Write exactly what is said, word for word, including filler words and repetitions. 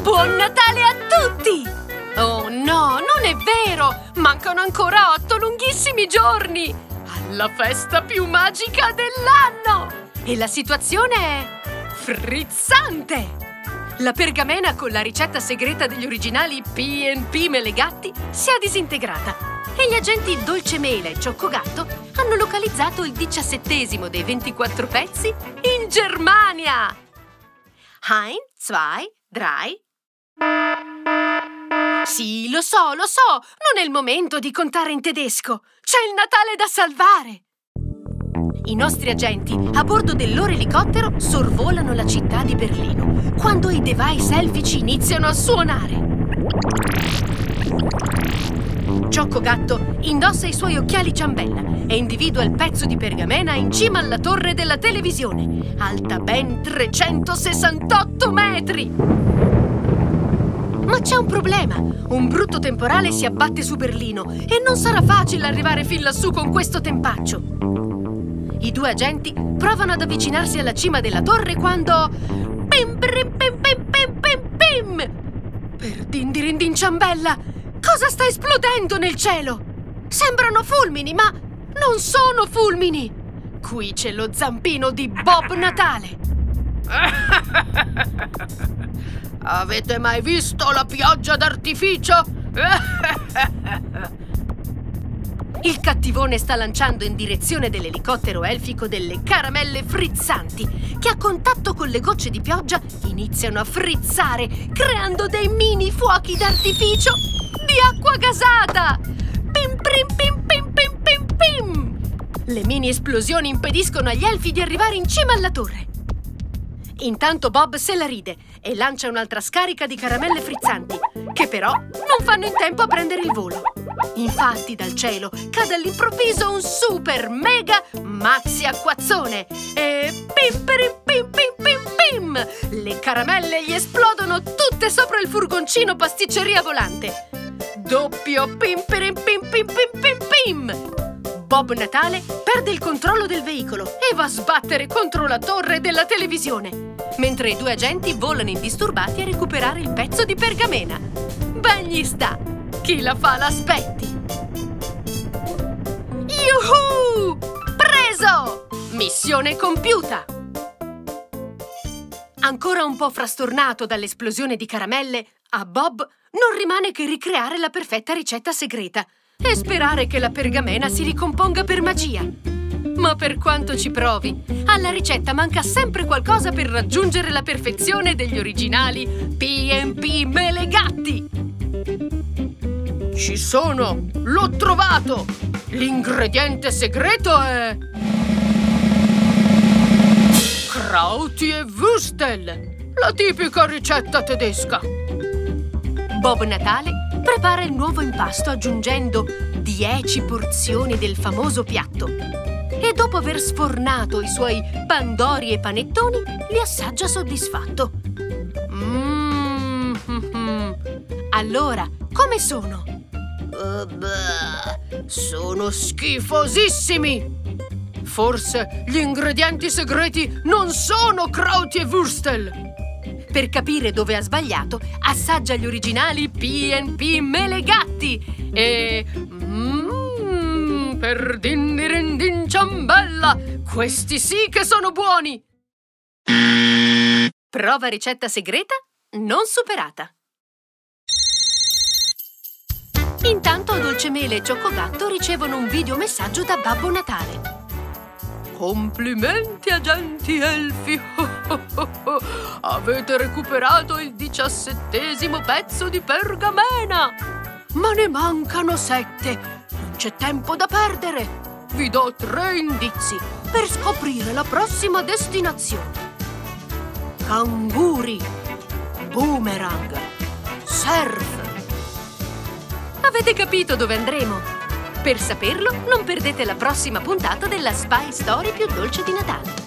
Buon Natale a tutti! Oh no, non è vero! Mancano ancora otto lunghissimi giorni alla festa più magica dell'anno! E la situazione è frizzante! La pergamena con la ricetta segreta degli originali P and P Melegatti si è disintegrata e gli agenti Dolcemela e Cioccogatto hanno localizzato il diciassettesimo dei ventiquattro pezzi in Germania! Ein, zwei, drei... Sì, lo so, lo so, non è il momento di contare in tedesco. C'è il Natale da salvare. I nostri agenti, a bordo del loro elicottero, sorvolano la città di Berlino, quando i device elfici iniziano a suonare. Cioccogatto indossa i suoi occhiali ciambella e individua il pezzo di pergamena in cima alla torre della televisione, alta ben trecentosessantotto metri. Ma c'è un problema. Un brutto temporale si abbatte su Berlino e non sarà facile arrivare fin lassù con questo tempaccio. I due agenti provano ad avvicinarsi alla cima della torre quando... Pim, pim, pim, pim, pim, pim, pim! Per dindirindin ciambella! Cosa sta esplodendo nel cielo? Sembrano fulmini, ma non sono fulmini! Qui c'è lo zampino di Bob Natale! Avete mai visto la pioggia d'artificio? Il cattivone sta lanciando in direzione dell'elicottero elfico delle caramelle frizzanti che a contatto con le gocce di pioggia iniziano a frizzare, creando dei mini fuochi d'artificio di acqua gasata! Pim pim pim pim pim pim pim! Le mini esplosioni impediscono agli elfi di arrivare in cima alla torre. Intanto Bob se la ride e lancia un'altra scarica di caramelle frizzanti, che però non fanno in tempo a prendere il volo. Infatti dal cielo cade all'improvviso un super mega maxi acquazzone e pim pim pim pim pim pim! Le caramelle gli esplodono tutte sopra il furgoncino pasticceria volante. Doppio pim pim pim pim pim pim pim! Bob Natale perde il controllo del veicolo e va a sbattere contro la torre della televisione, mentre i due agenti volano indisturbati a recuperare il pezzo di pergamena. Ben gli sta! Chi la fa l'aspetti! Yuhu! Preso! Missione compiuta! Ancora un po' frastornato dall'esplosione di caramelle, a Bob non rimane che ricreare la perfetta ricetta segreta e sperare che la pergamena si ricomponga per magia. Ma per quanto ci provi, alla ricetta manca sempre qualcosa per raggiungere la perfezione degli originali P and P Melegatti. Ci sono! L'ho trovato! L'ingrediente segreto è... Krauti e Würstel, la tipica ricetta tedesca. Bob Natale prepara il nuovo impasto aggiungendo dieci porzioni del famoso piatto e dopo aver sfornato i suoi pandori e panettoni li assaggia soddisfatto. Mm-hmm. Allora, come sono? Uh, beh, sono schifosissimi! Forse gli ingredienti segreti non sono Krauti e Würstel! Per capire dove ha sbagliato, assaggia gli originali P and P Melegatti e... Mmm, per dindirindin ciambella, questi sì che sono buoni! Prova ricetta segreta non superata. Intanto Dolcemela e Cioccogatto ricevono un videomessaggio da Babbo Natale. Complimenti, agenti elfi! Avete recuperato il diciassettesimo pezzo di pergamena! Ma ne mancano sette! Non c'è tempo da perdere! Vi do tre indizi per scoprire la prossima destinazione. Canguri, boomerang, surf. Avete capito dove andremo? Per saperlo, non perdete la prossima puntata della Spy Story più dolce di Natale.